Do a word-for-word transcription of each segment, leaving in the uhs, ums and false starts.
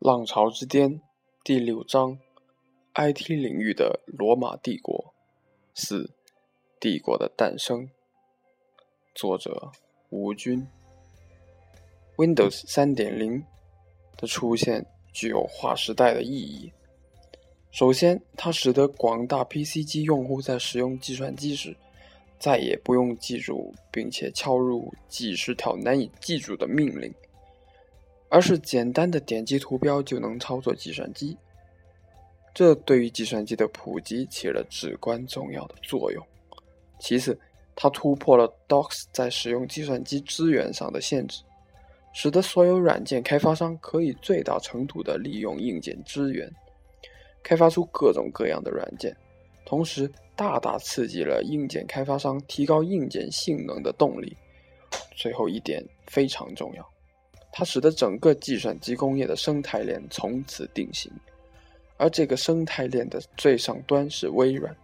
浪潮之巅第六章 I T 领域的罗马帝国四帝国的诞生。作者吴军。 Windows 三点零 的出现具有划时代的意义。首先，它使得广大 P C 机用户在使用计算机时再也不用记住并且敲入几十条难以记住的命令，而是简单的点击图标就能操作计算机。这对于计算机的普及起了至关重要的作用。其次，它突破了 D O S 在使用计算机资源上的限制，使得所有软件开发商可以最大程度地利用硬件资源，开发出各种各样的软件，同时大大刺激了硬件开发商提高硬件性能的动力。最后一点非常重要，它使得整个计算机工业的生态链从此定型，而这个生态链的最上端是微软。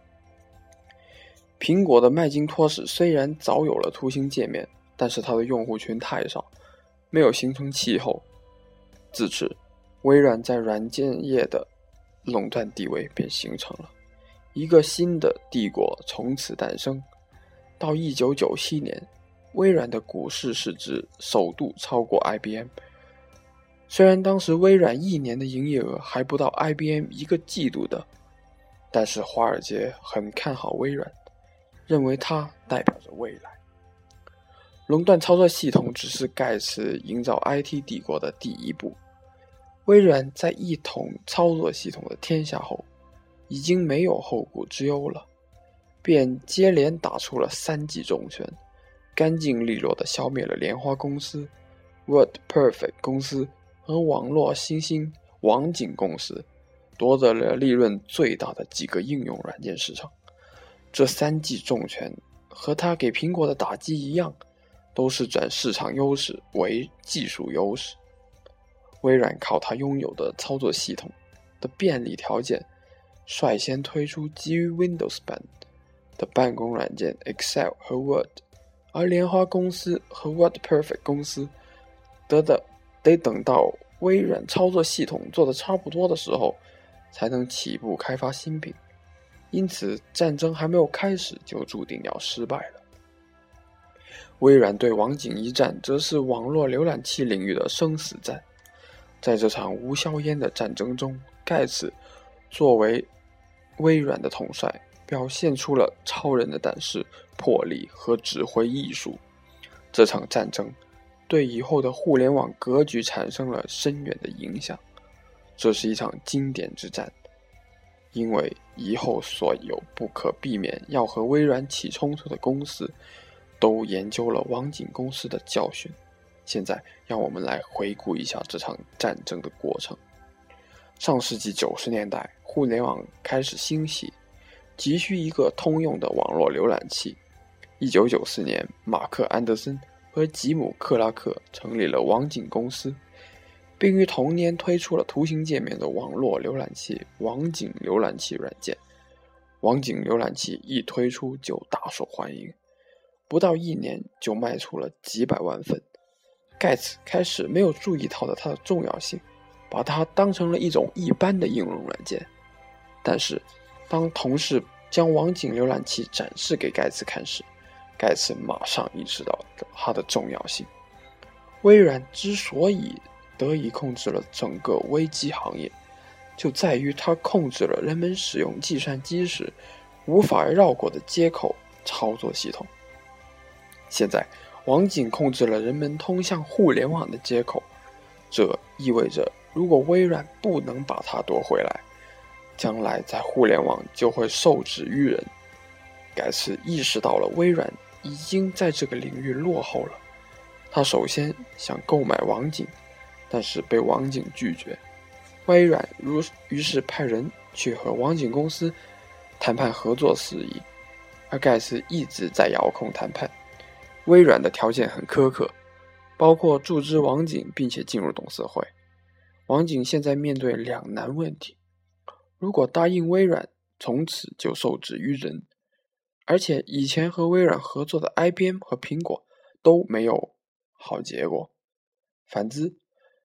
苹果的麦金托斯虽然早有了图形界面，但是它的用户群太少，没有形成气候。自此，微软在软件业的垄断地位便形成了，一个新的帝国从此诞生。到一九九七年，微软的股市市值首度超过 I B M。 虽然当时微软一年的营业额还不到 I B M 一个季度的，但是华尔街很看好微软，认为它代表着未来。垄断操作系统只是盖茨营造 I T 帝国的第一步。微软在一统操作系统的天下后，已经没有后顾之忧了，便接连打出了三记重拳，干净利落地消灭了莲花公司、WordPerfect 公司和网络新兴网景公司，夺得了利润最大的几个应用软件市场。这三记重拳和他给苹果的打击一样，都是转市场优势为技术优势。微软靠它拥有的操作系统的便利条件，率先推出基于 Windows 版的办公软件 Excel 和 Word， 而莲花公司和 WordPerfect 公司得的得等到微软操作系统做得差不多的时候，才能起步开发新品。因此，战争还没有开始就注定要失败了。微软对网景一战，则是网络浏览器领域的生死战。在这场无硝烟的战争中，盖茨作为微软的统帅，表现出了超人的胆识、魄力和指挥艺术。这场战争对以后的互联网格局产生了深远的影响。这是一场经典之战，因为以后所有不可避免要和微软起冲突的公司，都研究了网景公司的教训。现在让我们来回顾一下这场战争的过程。上世纪九十年代，互联网开始兴起，急需一个通用的网络浏览器。一九九四年，马克·安德森和吉姆·克拉克成立了网景公司，并于同年推出了图形界面的网络浏览器网景浏览器软件。网景浏览器一推出就大受欢迎，不到一年就卖出了几百万份。盖茨开始没有注意到的它的重要性，把它当成了一种一般的应用软件。但是当同事将网景浏览器展示给盖茨看时，盖茨马上意识到它的重要性。微软之所以得以控制了整个微机行业，就在于它控制了人们使用计算机时无法绕过的接口操作系统。现在网景控制了人们通向互联网的接口，这意味着如果微软不能把它夺回来，将来在互联网就会受制于人。盖茨意识到了微软已经在这个领域落后了，他首先想购买网景，但是被网景拒绝。微软于是派人去和网景公司谈判合作事宜，而盖茨一直在遥控谈判。微软的条件很苛刻，包括注资网景并且进入董事会。网景现在面对两难问题：如果答应微软，从此就受制于人，而且以前和微软合作的 I B M 和苹果都没有好结果。反之，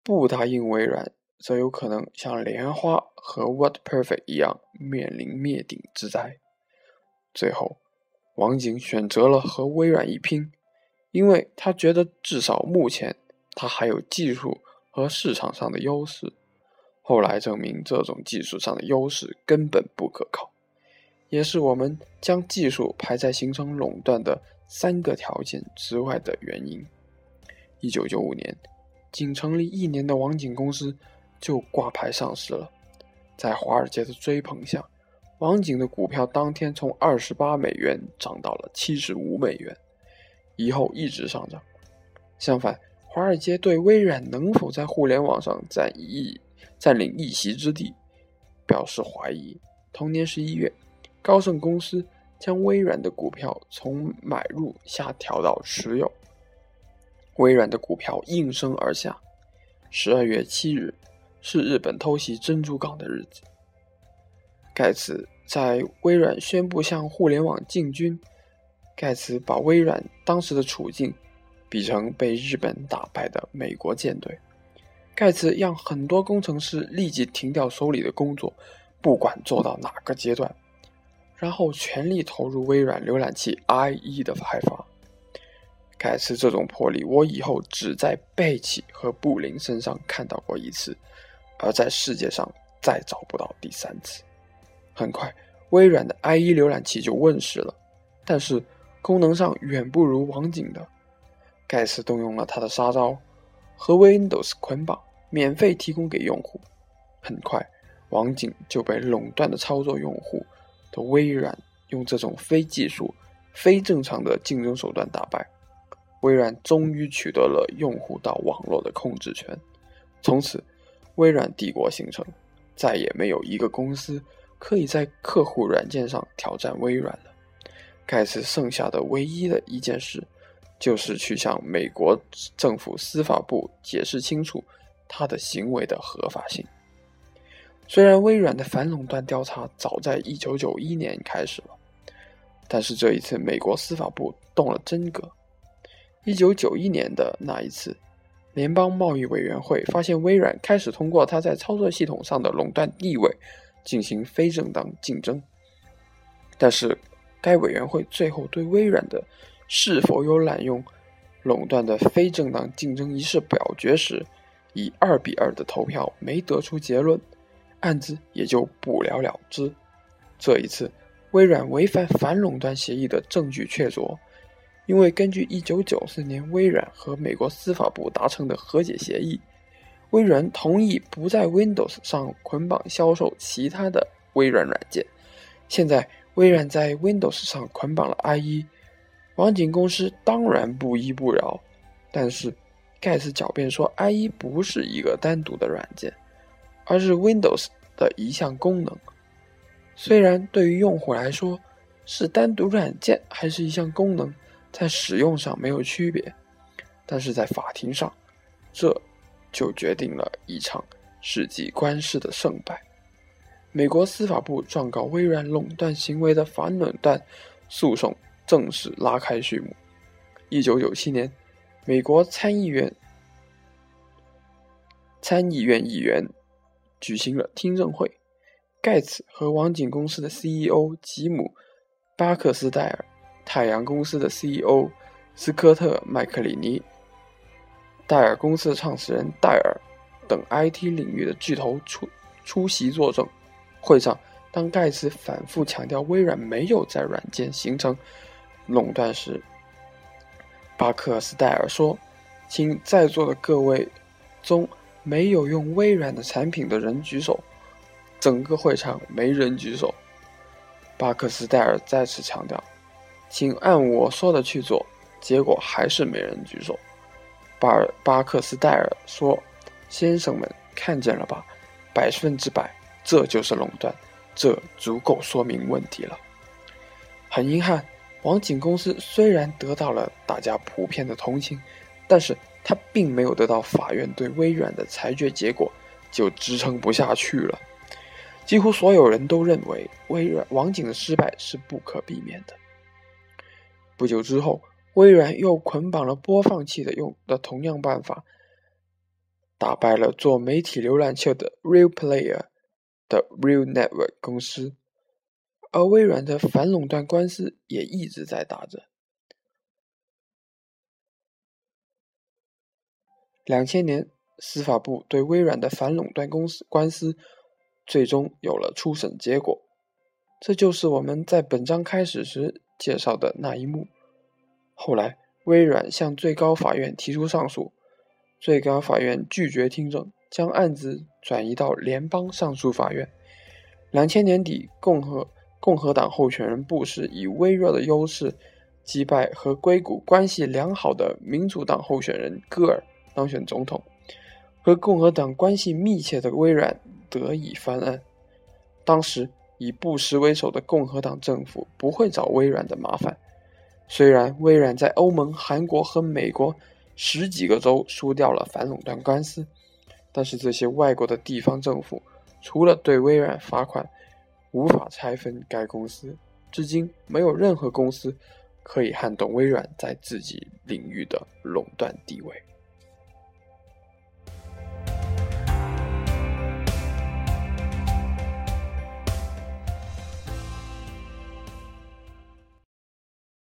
不答应微软，则有可能像莲花和 WordPerfect 一样面临灭顶之灾。最后，王景选择了和微软一拼，因为他觉得至少目前他还有技术和市场上的优势。后来证明这种技术上的优势根本不可靠，也是我们将技术排在形成垄断的三个条件之外的原因。一九九五年，仅成立一年的网景公司就挂牌上市了。在华尔街的追捧下，网景的股票当天从二十八美元涨到了七十五美元，以后一直上涨。相反，华尔街对微软能否在互联网上占一占领一席之地表示怀疑。同年十一月，高盛公司将微软的股票从买入下调到持有，微软的股票应声而下。十二月七日是日本偷袭珍珠港的日子，盖茨在微软宣布向互联网进军。盖茨把微软当时的处境比成被日本打败的美国舰队。盖茨让很多工程师立即停掉手里的工作，不管做到哪个阶段，然后全力投入微软浏览器 I E 的开发。盖茨这种魄力，我以后只在贝奇和布林身上看到过一次，而在世界上再找不到第三次。很快，微软的 I E 浏览器就问世了，但是功能上远不如网景的。盖茨动用了他的杀招，和 Windows 捆绑，免费提供给用户。很快，网景就被垄断的操作用户的微软用这种非技术、非正常的竞争手段打败。微软终于取得了用户到网络的控制权，从此微软帝国形成，再也没有一个公司可以在客户软件上挑战微软了。盖茨剩下的唯一的一件事，就是去向美国政府司法部解释清楚他的行为的合法性。虽然微软的反垄断调查早在一九九一年开始了，但是这一次美国司法部动了真格。一九九一年的那一次，联邦贸易委员会发现微软开始通过它在操作系统上的垄断地位进行非正当竞争，但是该委员会最后对微软的是否有滥用垄断的非正当竞争一事表决时，以二比二的投票没得出结论，案子也就不了了之。这一次，微软违反反垄断协议的证据确凿，因为根据一九九四年微软和美国司法部达成的和解协议，微软同意不在 Windows 上捆绑销售其他的微软软件。现在微软在 Windows 上捆绑了 I E， 网景公司当然不依不饶，但是盖茨狡辩说 I E 不是一个单独的软件，而是 Windows 的一项功能。虽然对于用户来说是单独软件还是一项功能，在使用上没有区别，但是在法庭上，这就决定了一场世纪官司的胜败。美国司法部状告微软垄断行为的反垄断诉讼正式拉开序幕。一九九七年，美国参议院参议院议员举行了听证会，盖茨和网景公司的 C E O 吉姆·巴克斯戴尔、太阳公司的 C E O 斯科特·麦克里尼、戴尔公司的创始人戴尔等 I T 领域的巨头出出席作证。会上，当盖茨反复强调微软没有在软件形成垄断时，巴克斯戴尔说：“请在座的各位中没有用微软的产品的人举手。”整个会场没人举手。巴克斯戴尔再次强调：“请按我说的去做。”结果还是没人举手。巴尔巴克斯戴尔说：“先生们，看见了吧？百分之百。这就是垄断，这足够说明问题了。”很遗憾，网景公司虽然得到了大家普遍的同情，但是它并没有得到法院对微软的裁决，结果就支撑不下去了。几乎所有人都认为微软网景的失败是不可避免的。不久之后，微软又捆绑了播放器的用的同样办法， 打败了做媒体浏览器的 Real Player 的 Real Network 公司，而微软的反垄断官司也一直在打着。两千年，司法部对微软的反垄断公司官司最终有了初审结果，这就是我们在本章开始时介绍的那一幕。后来，微软向最高法院提出上诉，最高法院拒绝听证，将案子转移到联邦上诉法院。两千年底，共和共和党候选人布什以微弱的优势击败和硅谷关系良好的民主党候选人戈尔，当选总统。和共和党关系密切的微软得以翻案。当时以布什为首的共和党政府不会找微软的麻烦，虽然微软在欧盟、韩国和美国十几个州输掉了反垄断官司，但是这些外国的地方政府除了对微软罚款，无法拆分该公司。至今没有任何公司可以撼动微软在自己领域的垄断地位。